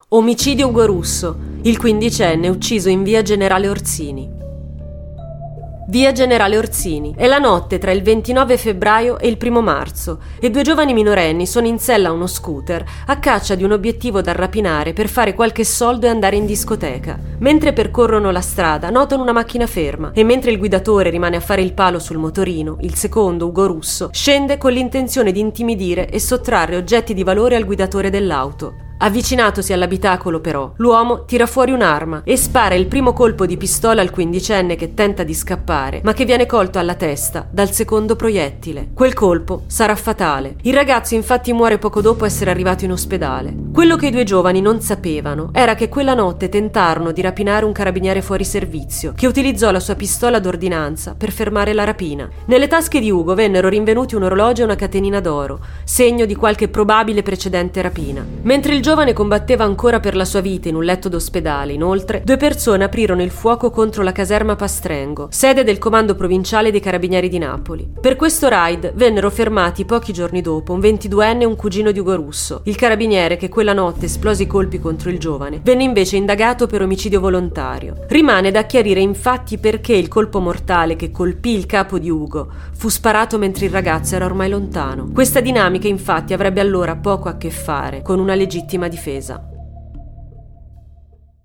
Omicidio Ugo Russo, il quindicenne ucciso in via Generale Orsini. Via Generale Orsini. È la notte tra il 29 febbraio e il 1 marzo e due giovani minorenni sono in sella a uno scooter a caccia di un obiettivo da rapinare per fare qualche soldo e andare in discoteca. Mentre percorrono la strada notano una macchina ferma e mentre il guidatore rimane a fare il palo sul motorino, il secondo, Ugo Russo, scende con l'intenzione di intimidire e sottrarre oggetti di valore al guidatore dell'auto. Avvicinatosi all'abitacolo però, l'uomo tira fuori un'arma e spara il primo colpo di pistola al quindicenne che tenta di scappare, ma che viene colto alla testa dal secondo proiettile. Quel colpo sarà fatale. Il ragazzo infatti muore poco dopo essere arrivato in ospedale. Quello che i due giovani non sapevano era che quella notte tentarono di rapinare un carabiniere fuori servizio, che utilizzò la sua pistola d'ordinanza per fermare la rapina. Nelle tasche di Ugo vennero rinvenuti un orologio e una catenina d'oro, segno di qualche probabile precedente rapina. Mentre il giovane combatteva ancora per la sua vita in un letto d'ospedale, inoltre, due persone aprirono il fuoco contro la caserma Pastrengo, sede del comando provinciale dei Carabinieri di Napoli. Per questo raid vennero fermati pochi giorni dopo un 22enne e un cugino di Ugo Russo. Il carabiniere che quella notte esplose i colpi contro il giovane venne invece indagato per omicidio volontario. Rimane da chiarire infatti perché il colpo mortale che colpì il capo di Ugo fu sparato mentre il ragazzo era ormai lontano. Questa dinamica infatti avrebbe allora poco a che fare con una legittima difesa.